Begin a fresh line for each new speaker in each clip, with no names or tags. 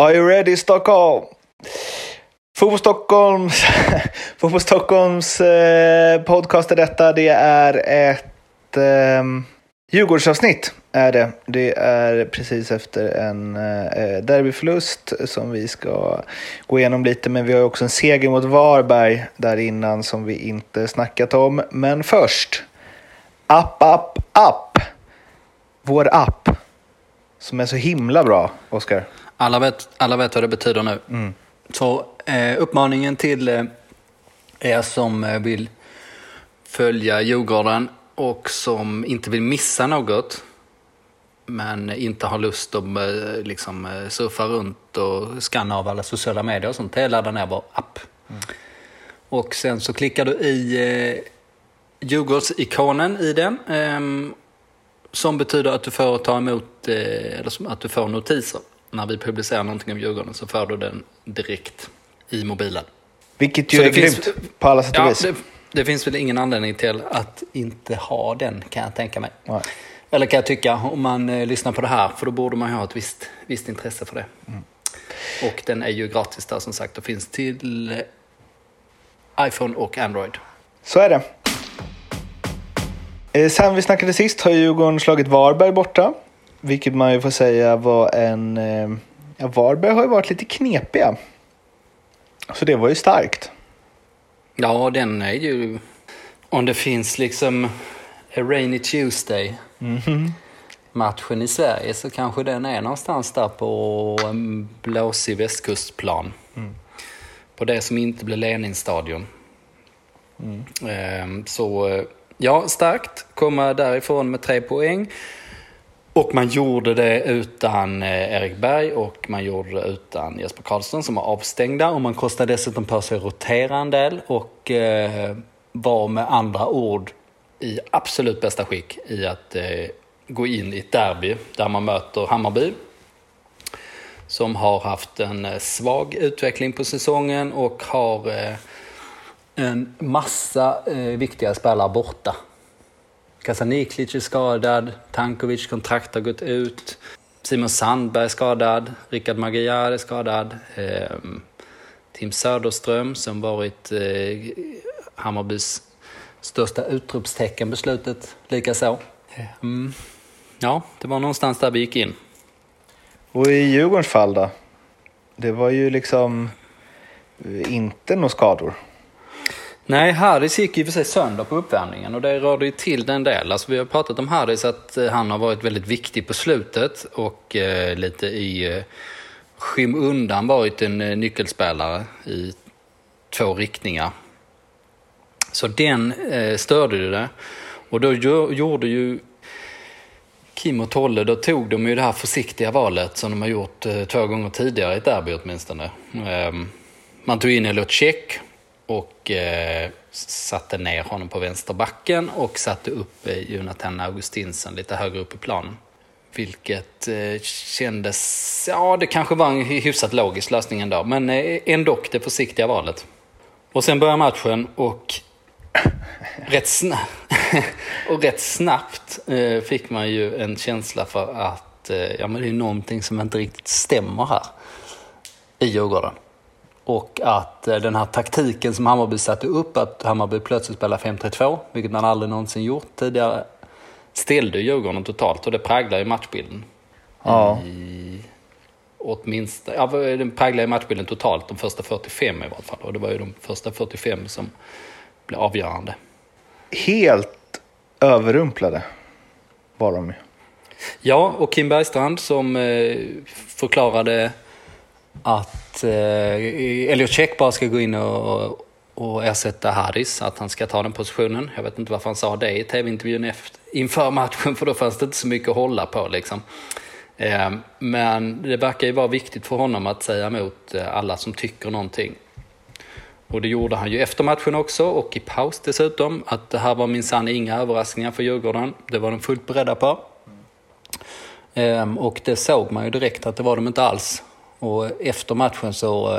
Are you ready, Stockholm? Fotboll Stockholms podcast är detta. Det är ett Djurgårdsavsnitt. Det är precis efter en derbyförlust som vi ska gå igenom lite. Men vi har också en seger mot Varberg där innan som vi inte snackat om. Men först, app. Vår app som är så himla bra, Oskar.
Alla vet vad det betyder nu. Mm. Så uppmaningen till er som vill följa Djurgården och som inte vill missa något men inte har lust att surfa runt och skanna av alla sociala medier och sånt, ladda ner vår app. Mm. Och sen så klickar du i Djurgårdsikonen i den som betyder att du får ta emot eller att du får notiser. När vi publicerar någonting om Djurgården så får du den direkt i mobilen.
Vilket ju är grymt på alla sätt och vis.
Det finns väl ingen anledning till att inte ha den, kan jag tänka mig.
Nej.
Eller kan jag tycka, om man lyssnar på det här. För då borde man ha ett visst intresse för det. Mm. Och den är ju gratis där, som sagt. Och finns till iPhone och Android.
Så är det. Sen vi snackade sist har Djurgården slagit Varberg borta. Vilket man ju får säga var en... Varberg har ju varit lite knepiga. Så det var ju starkt.
Ja, den är ju... Om det finns liksom a rainy Tuesday matchen i Sverige så kanske den är någonstans där på en blåsig västkustplan. Mm. På det som inte blir Leninstadion. Så ja, starkt. Komma därifrån med 3 poäng. Och man gjorde det utan Erik Berg och man gjorde det utan Jesper Karlsson som var avstängda. Och man kostade dessutom på sig rotera en del och var med andra ord i absolut bästa skick i att gå in i ett derby där man möter Hammarby. Som har haft en svag utveckling på säsongen och har en massa viktiga spelare borta. Kasaniklic är skadad, Tankovic kontrakt har gått ut, Simon Sandberg är skadad, Rickard Magyar är skadad, Tim Söderström som varit Hammarbys största utropstecken beslutet likaså. Ja, det var någonstans där vi gick in.
Och i Djurgårdens fall då? Det var ju liksom inte några skador.
Nej, Haris gick ju för sig sönder på uppvärmningen och det rörde ju till den del. Alltså vi har pratat om Haris att han har varit väldigt viktig på slutet och lite i skymundan varit en nyckelspelare i 2 riktningar. Så den störde ju det. Och då gjorde ju Kim och Tolle, då tog de ju det här försiktiga valet som de har gjort 2 gånger tidigare i ett derby åtminstone. Man tog in Elliot Check och satte ner honom på vänsterbacken och satte upp Jonathan Augustinsen lite högre upp i planen. Vilket kändes, ja det kanske var en hyfsat logisk lösning ändå, men ändå det försiktiga valet. Och sen börjar matchen och rätt snabbt fick man ju en känsla för att men det är någonting som inte riktigt stämmer här i Djurgården. Och att den här taktiken som Hammarby satte upp, att Hammarby plötsligt spelar 5-3-2, vilket man aldrig någonsin gjort tidigare, ställde Djurgården totalt. Och det präglar ju matchbilden.
Ja.
Den präglar ju matchbilden totalt, de första 45 i varje fall. Och det var ju de första 45 som blev avgörande. Helt
överrumplade var de ju.
Ja, och Kim Bergstrand som förklarade att Elliot Check bara ska gå in och ersätta Haris, att han ska ta den positionen. Jag vet inte varför han sa det i tv-intervjun inför matchen, för då fanns det inte så mycket att hålla på liksom. Men det verkar ju vara viktigt för honom att säga emot alla som tycker någonting. Och det gjorde han ju efter matchen också och i paus dessutom, att det här var minsann inga överraskningar för Djurgården. Det var de fullt beredda på. Och det såg man ju direkt att det var de inte alls. Och efter matchen så,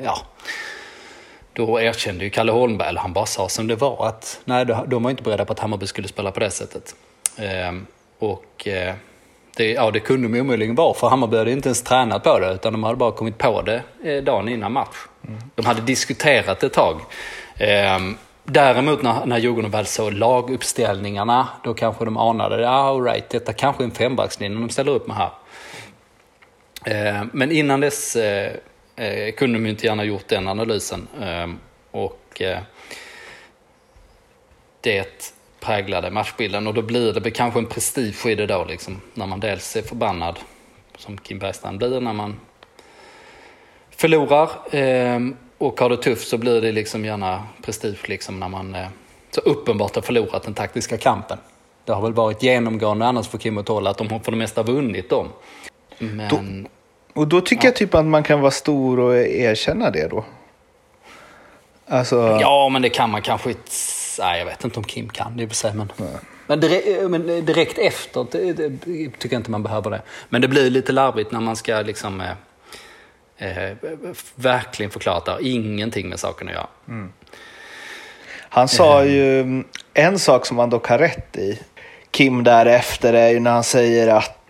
då erkände ju Kalle Holmberg, eller han bara sa som det var, att nej, de var inte beredda på att Hammarby skulle spela på det sättet. Och Det kunde de omöjligen vara, för Hammarby hade inte ens tränat på det, utan de hade bara kommit på det dagen innan match. De hade diskuterat ett tag. Däremot när Djurgården väl så laguppställningarna, då kanske de anade, all right, detta kanske är en fembackslinje de ställer upp med här. Men innan dess kunde de inte gärna gjort den analysen. Och det präglade matchbilden, och då blir det kanske en prestige i det då, liksom, när man dels är förbannad, som Kim Bergstrand blir när man förlorar, och har det tufft, så blir det liksom gärna prestige liksom när man så uppenbart har förlorat den taktiska kampen. Det har väl varit genomgående annars för Kim och Tolle att de har för det mesta vunnit dem. Men
och då tycker jag typ att man kan vara stor och erkänna det då. Alltså...
Ja, men det kan man kanske inte. Nej, jag vet inte om Kim kan det i och för sig, men direkt efter tycker jag inte man behöver det. Men det blir lite larvigt när man ska liksom verkligen förklara att det har ingenting med saken att göra.
Han sa ju en sak som han dock har rätt i, Kim, därefter, är ju när han säger att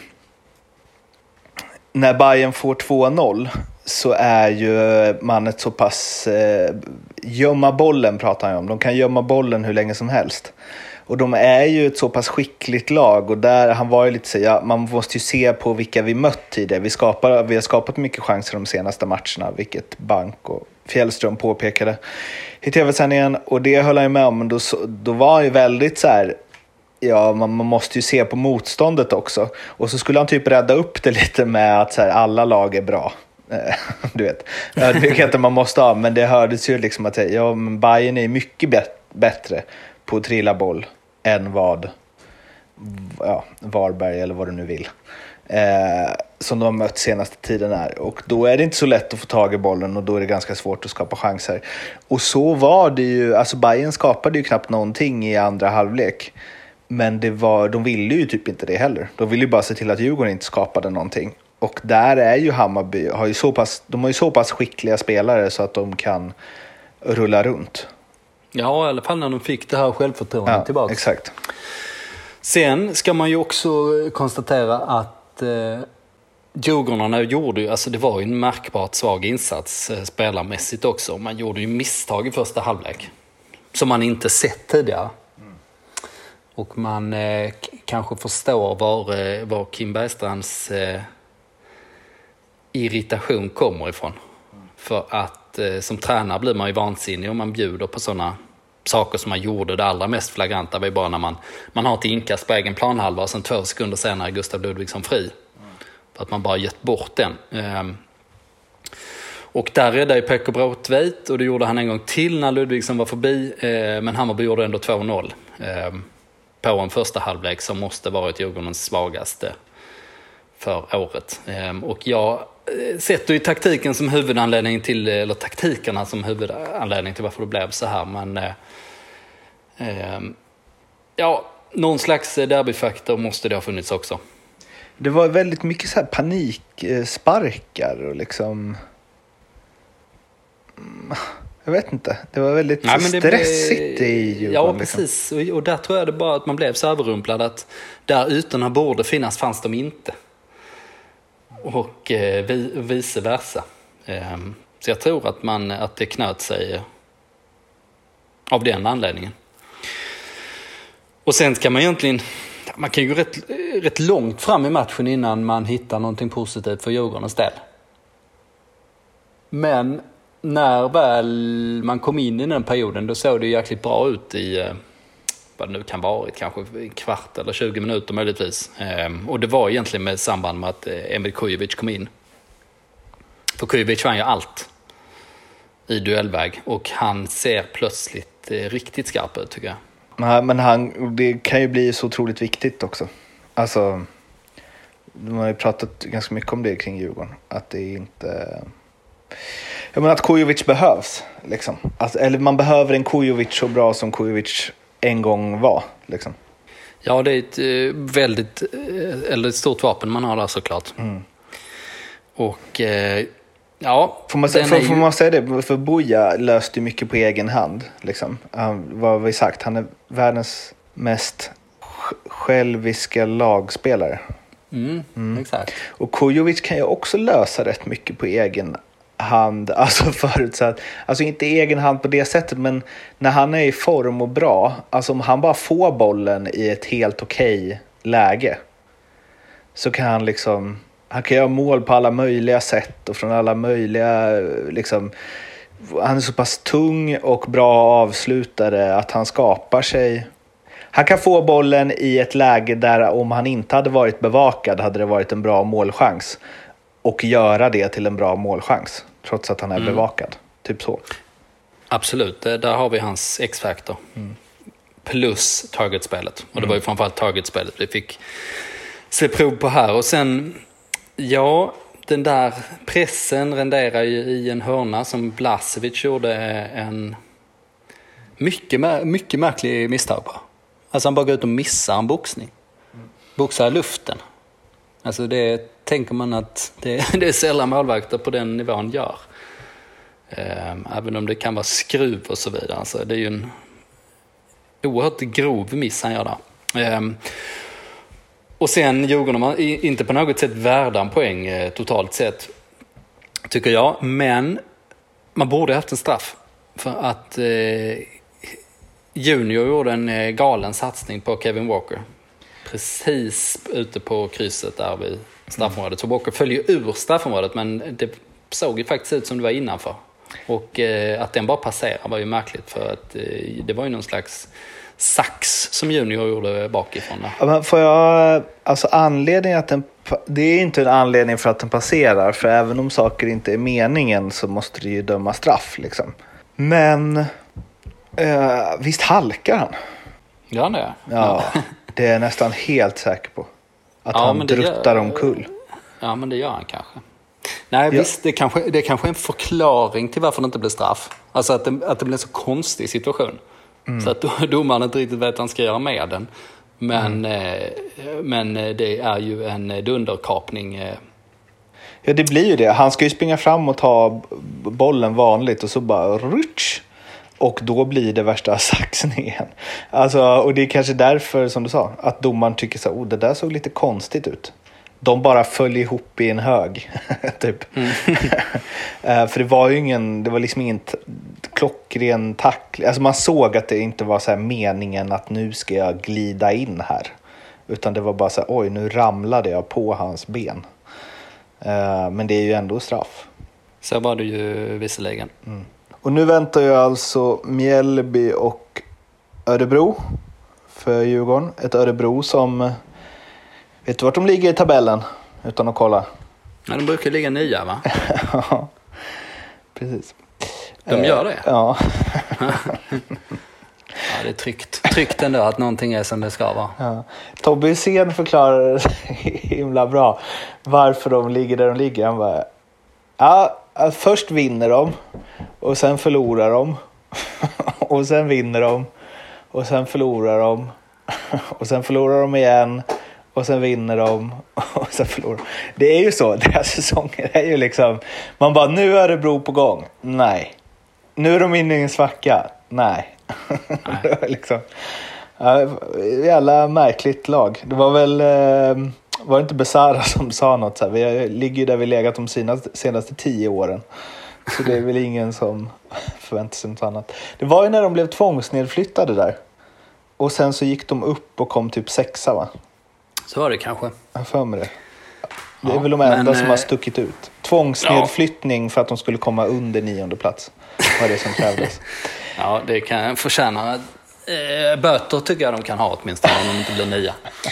när Bayern får 2-0 så är ju man ett så pass gömma bollen, pratar han om. De kan gömma bollen hur länge som helst. Och de är ju ett så pass skickligt lag, och där han var ju lite så, man måste ju se på vilka vi mött tidigare. Vi har skapat mycket chanser de senaste matcherna, vilket Bank och Fjällström påpekade i tv-sändningen, och det höll han ju med om. Då var han ju väldigt så här, ja, man måste ju se på motståndet också. Och så skulle han typ rädda upp det lite med att så här, alla lag är bra. Du vet, ödmjukheten man måste ha, men det hördes ju liksom att men Bayern är mycket bättre på att trilla boll än vad Varberg eller vad du nu vill som de har mött senaste tiden är. Och då är det inte så lätt att få tag i bollen, och då är det ganska svårt att skapa chanser. Och så var det ju, alltså Bayern skapade ju knappt någonting i andra halvlek, men de ville ju typ inte det heller. De ville ju bara se till att Djurgården inte skapade någonting. Och där är ju Hammarby, de har ju så pass skickliga spelare så att de kan rulla runt.
Ja, i alla fall när de fick det här självförtroendet tillbaka.
Exakt.
Sen ska man ju också konstatera att Djurgårdarna gjorde ju, alltså det var ju en märkbart svag insats spelarmässigt också. Man gjorde ju misstag i första halvlek som man inte sett tidigare. Och man kanske förstår var Kim Bergstrands irritation kommer ifrån. För att som tränare blir man ju vansinnig om man bjuder på sådana saker som man gjorde. Det allra mest flagranta var ju bara när man har ett inkast på egen planhalva och sen 2 sekunder senare är Gustav Ludvigsson fri. För att man bara gett bort den. Och där räddade ju Pekko Bråtveit, och det gjorde han en gång till när Ludvigsson var förbi. Men Hammarby gjorde ändå 2-0 på en första halvlek som måste varit Djurgårdens svagaste för året. Och jag sätter ju taktiken som huvudanledning till, eller taktikerna som huvudanledning till varför det blev så här. Men någon slags derbyfaktor måste det ha funnits också.
Det var väldigt mycket så här paniksparkar och liksom... Jag vet inte. Det var väldigt stressigt i Djurgården.
Ja, precis. Liksom. Och där tror jag det bara att man blev så överrumplad att där ytorna borde finnas fanns de inte. Och vice versa. Så jag tror att det knöt sig av den anledningen. Och sen kan man egentligen... Man kan ju gå rätt långt fram i matchen innan man hittar någonting positivt för Djurgårdens del. Men när väl man kom in i den perioden, då såg det jäkligt bra ut i vad det nu kan vara, kanske en kvart eller 20 minuter möjligtvis. Och det var egentligen med samband med att Emil Kujovic kom in. För Kujovic vann ju allt i duellväg, och han ser plötsligt riktigt skarp ut, tycker jag.
Nej, men det kan ju bli så otroligt viktigt också. Alltså, de har ju pratat ganska mycket om det kring Djurgården. Att det inte... Jag menar att Kujovic behövs. Liksom. Alltså, eller man behöver en Kujovic så bra som Kujovic en gång var. Liksom.
Ja, det är ett stort vapen man har där såklart. Och... Får man säga det? För Boja löste mycket på egen hand. Liksom. Vad har vi sagt? Han är världens mest själviska lagspelare. Exakt.
Och Kujovic kan ju också lösa rätt mycket på egen hand, alltså förutsatt, alltså inte egen hand på det sättet, men när han är i form och bra, alltså om han bara får bollen i ett helt okej läge, så kan han liksom, han kan göra mål på alla möjliga sätt och från alla möjliga liksom, han är så pass tung och bra avslutare att han skapar sig. Han kan få bollen i ett läge där om han inte hade varit bevakad hade det varit en bra målchans, och göra det till en bra målchans trots att han är bevakad. Typ så.
Absolut, där har vi hans X-faktor. Plus targetspelet. Och det var ju framförallt targetspelet vi fick se prov på här. Och sen, ja, den där pressen renderar ju i en hörna som Blasevic gjorde en mycket märklig misstag på. Alltså han bara går ut och missar en boxning. Boxar i luften. Alltså det tänker man att det är sällan målvakter på den nivån gör. Även om det kan vara skruv och så vidare. Alltså det är ju en oerhört grov miss han gör där. Och sen Djurgården har inte på något sätt värda en poäng totalt sett, tycker jag. Men man borde ha haft en straff. För att Junior gjorde en galen satsning på Kevin Walker. Precis ute på krysset där vid straffområdet. Så Walker följer ur straffområdet, men det såg ju faktiskt ut som det var innanför. Och att den bara passerar var ju märkligt, för att det var ju någon slags sax som Junior gjorde bakifrån där.
Ja, men får jag, alltså anledningen att det är inte en anledning för att den passerar, för även om saker inte är meningen så måste det ju döma straff liksom. Men visst halkar han?
Ja, det är.
Ja, det är jag nästan helt säker på. Att han druttar omkull.
Ja, men det gör han kanske. Nej, visst, det är kanske en förklaring till varför det inte blir straff. Alltså att det blir en så konstig situation. Så att domaren inte riktigt vet vad han ska göra med den. Men det är ju en dunderkapning.
Ja, det blir ju det. Han ska ju springa fram och ta bollen vanligt och så bara rutsch. Och då blir det värsta saxningen. Alltså, och det är kanske därför, som du sa, att domaren tycker så, det där såg lite konstigt ut. De bara föll ihop i en hög. Typ. För det var liksom ingen klockren tackling. Alltså man såg att det inte var så här meningen att nu ska jag glida in här. Utan det var bara så här, oj, nu ramlade jag på hans ben. Men det är ju ändå straff.
Så var det ju visserligen.
Och nu väntar ju alltså Mjällby och Örebro för Djurgården. Ett Örebro som... Vet du vart de ligger i tabellen? Utan att kolla.
Ja, de brukar ligga 9, va?
Ja, precis.
De gör det?
Ja.
Ja, det är tryggt ändå att någonting är som det ska vara.
Ja. Tobbe Hysén förklarar himla bra varför de ligger där de ligger. Han bara, först vinner de och sen förlorar de och sen vinner de och sen förlorar de och sen förlorar de igen och sen vinner de och sen förlorar de. Det är ju så, deras säsonger är ju liksom, man bara, nu är det Örebro på gång. Nej. Nu är de inne i en svacka. Nej. Det var liksom jävla märkligt lag. Det var väl var det inte Besara som sa något så här, vi ligger ju där vi legat de senaste 10 åren. Så det är väl ingen som förväntar sig något annat. Det var ju när de blev tvångsnedflyttade där. Och sen så gick de upp och kom typ 6, va?
Så var det kanske.
Jag för mig det. Det är väl de enda som har stuckit ut. Tvångsnedflyttning för att de skulle komma under 9:e plats. Var det som krävdes.
Ja, det kan förtjäna. Böter tycker jag de kan ha åtminstone om de inte blir 9.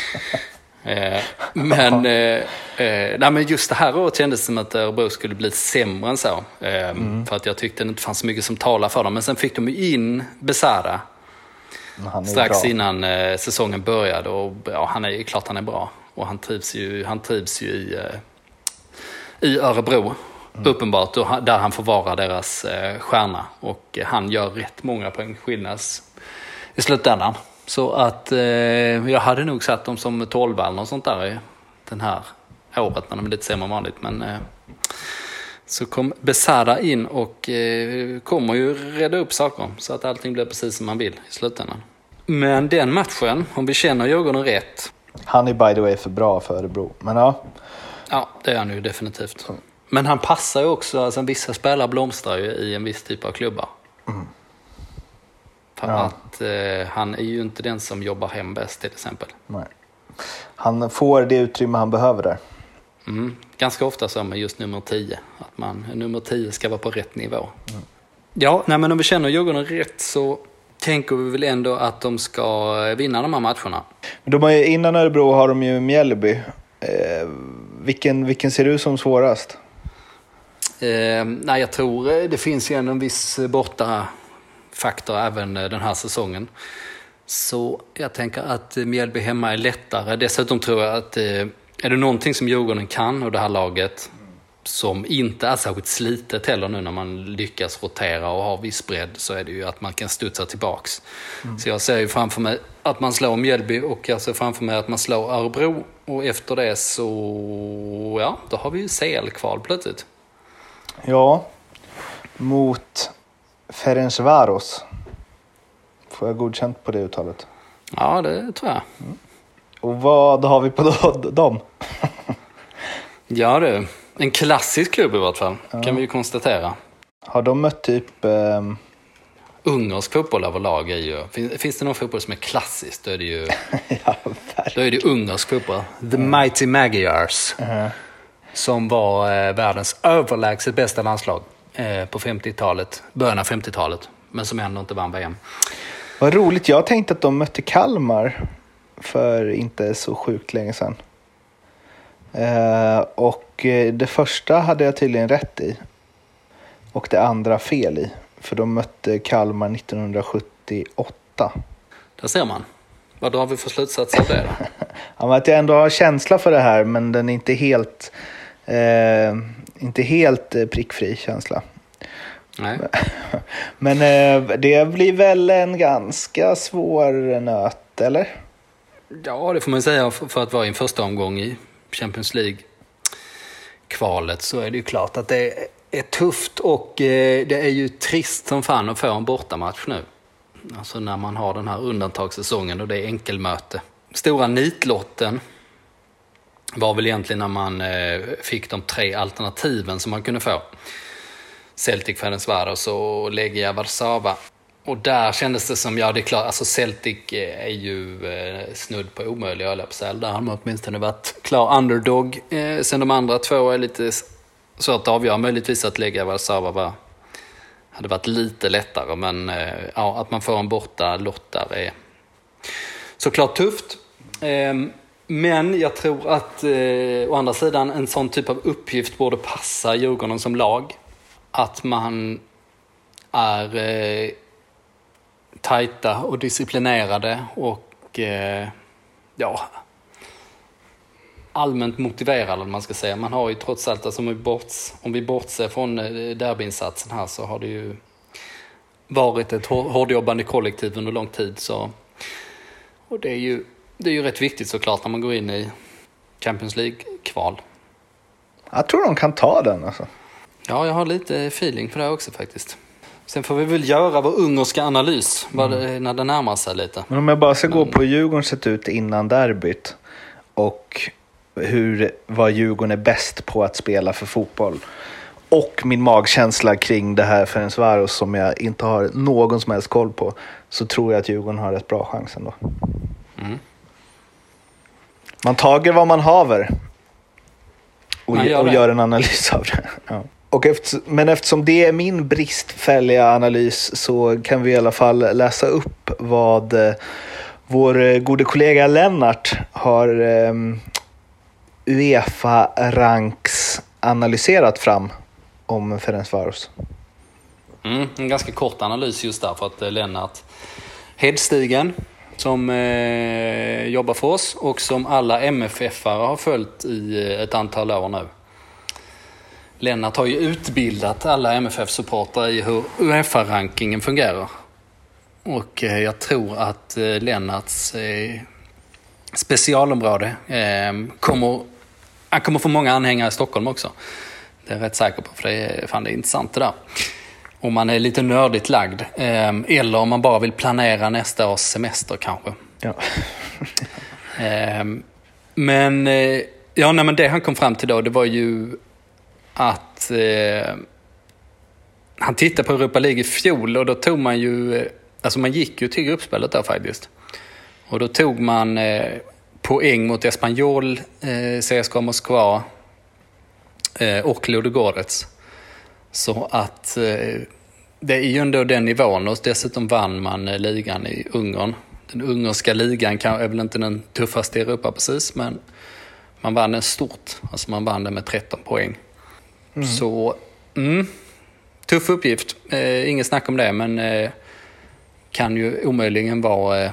Men just det här året kändes som att Örebro skulle bli sämre än så. För att jag tyckte det inte fanns så mycket som talar för dem. Men sen fick de in Besara strax innan säsongen började. Och ja, han är bra. Och han trivs ju i Örebro. Uppenbart, där han får vara deras stjärna. Och han gör rätt många poäng skillnads i slutändan. Så att jag hade nog satt dem som 12 eller något sånt där i den här året när de är lite sämre vanligt. Men så kom Besara in och kommer ju rädda upp saker så att allting blir precis som man vill i slutändan. Men den matchen, om vi känner Djurgården rätt,
Han är by the way för bra för Örebro. Men ja.
Ja, det är han ju definitivt. Men han passar ju också, alltså vissa spelare blomstrar ju i en viss typ av klubbar. För att han är ju inte den som jobbar hem bäst till exempel.
Nej. Han får det utrymme han behöver där.
Ganska ofta så med just nummer 10. Att nummer 10 ska vara på rätt nivå. Ja, men om vi känner Djurgården rätt så tänker vi väl ändå att de ska vinna de här matcherna.
Innan Örebro har de ju Mjällby. Vilken ser du som svårast?
Nej, jag tror det finns ju en viss borta faktor även den här säsongen. Så jag tänker att Mjällby hemma är lättare. Dessutom tror jag att är det någonting som Djurgården kan och det här laget som inte är särskilt slitet heller nu när man lyckas rotera och ha viss bredd, så är det ju att man kan studsa tillbaks. Så jag ser ju framför mig att man slår Mjällby och jag ser framför mig att man slår Örebro, och efter det så då har vi ju CL-kval plötsligt.
Ja, mot Ferencvaros. Får jag godkänt på det uttalet?
Ja, det tror jag.
Och vad har vi på dem?
Ja du, en klassisk klubb i vart fall, kan vi ju konstatera.
Har de mött typ...
Ungersk fotboll överlag är ju... Finns det någon fotboll som är klassisk, då är det ju...
ja,
då är det ungersk fotboll. The Mighty Magyars. Som var världens överlägset bästa landslag på 50-talet, början av 50-talet. Men som ändå inte vann VM.
Vad roligt, jag tänkte att de mötte Kalmar för inte så sjukt länge sedan. Och det första hade jag tydligen rätt i. Och det andra fel i. För de mötte Kalmar 1978.
Där ser man. Vad drar vi för slutsats av det då?
Ja, men att jag ändå har känsla för det här, men den är inte helt prickfri känsla.
Nej.
Men det blir väl en ganska svår nöt, eller?
Ja, det får man säga. För att vara i en första omgång i Champions League-kvalet så är det ju klart att det är tufft, och det är ju trist som fan att få en bortamatch nu. Alltså när man har den här undantagssäsongen och det är enkelmöte. Stora nitlotten var väl egentligen när man fick de 3 alternativen som man kunde få. Celtic, Ferencvaros och Legia Warszawa. Och där kändes det som, det är klart, alltså Celtic är ju snudd på omöjliga, jag på sig. Där har man åtminstone varit klar underdog. Sen de andra 2 är lite så att avgöra. Möjligtvis att Legia Warszawa hade varit lite lättare, men att man får en borta lott där är såklart tufft. Men jag tror att å andra sidan en sån typ av uppgift borde passa Djurgården som lag. Att man är tajta och disciplinerade och allmänt motiverade, om man ska säga. Man har ju trots allt, alltså om vi bortser från derbyinsatsen här, så har det ju varit ett hårdjobbande kollektiv under lång tid. Så, och det är ju rätt viktigt såklart när man går in i Champions League-kval.
Jag tror de kan ta den alltså.
Ja, jag har lite feeling för det också faktiskt. Sen får vi väl göra vår ungerska analys när det närmar sig lite.
Men om jag bara ska gå på hur Djurgården sett ut innan derbyt och vad Djurgården är bäst på att spela för fotboll, och min magkänsla kring det här Ferencvaros som jag inte har någon som helst koll på, så tror jag att Djurgården har ett bra chans ändå. Man tager vad man haver och gör en analys av det. Ja. Men eftersom det är min bristfälliga analys, så kan vi i alla fall läsa upp vad vår gode kollega Lennart har UEFA-ranks analyserat fram om Ferencvaros.
En ganska kort analys just där, för att Lennart Hedstigen som jobbar för oss och som alla MFF-are har följt i ett antal år nu. Lennart har ju utbildat alla MFF-supportrar i hur UEFA-rankingen fungerar. Och jag tror att Lennarts specialområde han kommer få många anhängare i Stockholm också. Det är jag rätt säker på, för det är intressant det där. Om man är lite nördigt lagd. Eller om man bara vill planera nästa års semester kanske.
Ja.
Men det han kom fram till då, det var ju att han tittade på Europa League i fjol och då tog man ju, alltså man gick ju till gruppspelet där faktiskt. Och då tog man poäng mot Espanyol, CSKA Moskva och Ludogorets. Så att det är ju ändå den nivån, och dessutom vann man ligan i Ungern. Den ungerska ligan är väl inte den tuffaste i Europa precis, men man vann den stort. Alltså man vann den med 13 poäng. Så tuff uppgift, inget snack om det, men kan ju omöjligen vara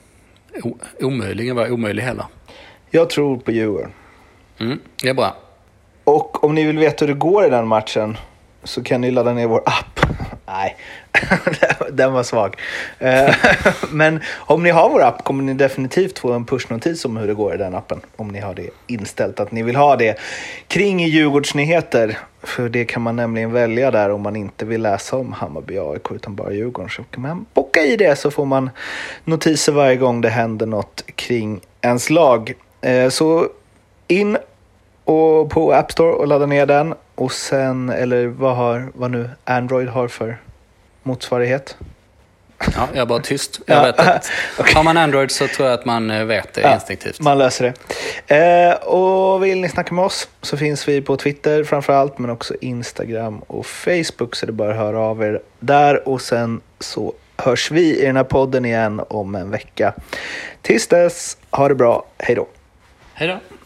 omöjlig heller.
Jag tror på Djurgården.
Det är bra.
Och om ni vill veta hur det går i den matchen så kan ni ladda ner vår app. Nej, den var svag. Men om ni har vår app kommer ni definitivt få en pushnotis om hur det går i den appen. Om ni har det inställt att ni vill ha det kring Djurgårdsnyheter. För det kan man nämligen välja där om man inte vill läsa om Hammarby AIK utan bara Djurgården. Så kan man bocka i det så får man notiser varje gång det händer något kring ens lag. Så in och på App Store och ladda ner den. Och sen, eller vad nu Android har för motsvarighet.
Ja, jag är bara tyst. Jag vet att har man Android så tror jag att man vet det instinktivt.
Man löser det. Och vill ni snacka med oss så finns vi på Twitter framförallt, men också Instagram och Facebook, så det är bara att höra av er där. Och sen så hörs vi i den här podden igen om en vecka. Tills dess, ha det bra. Hej då.
Hej då.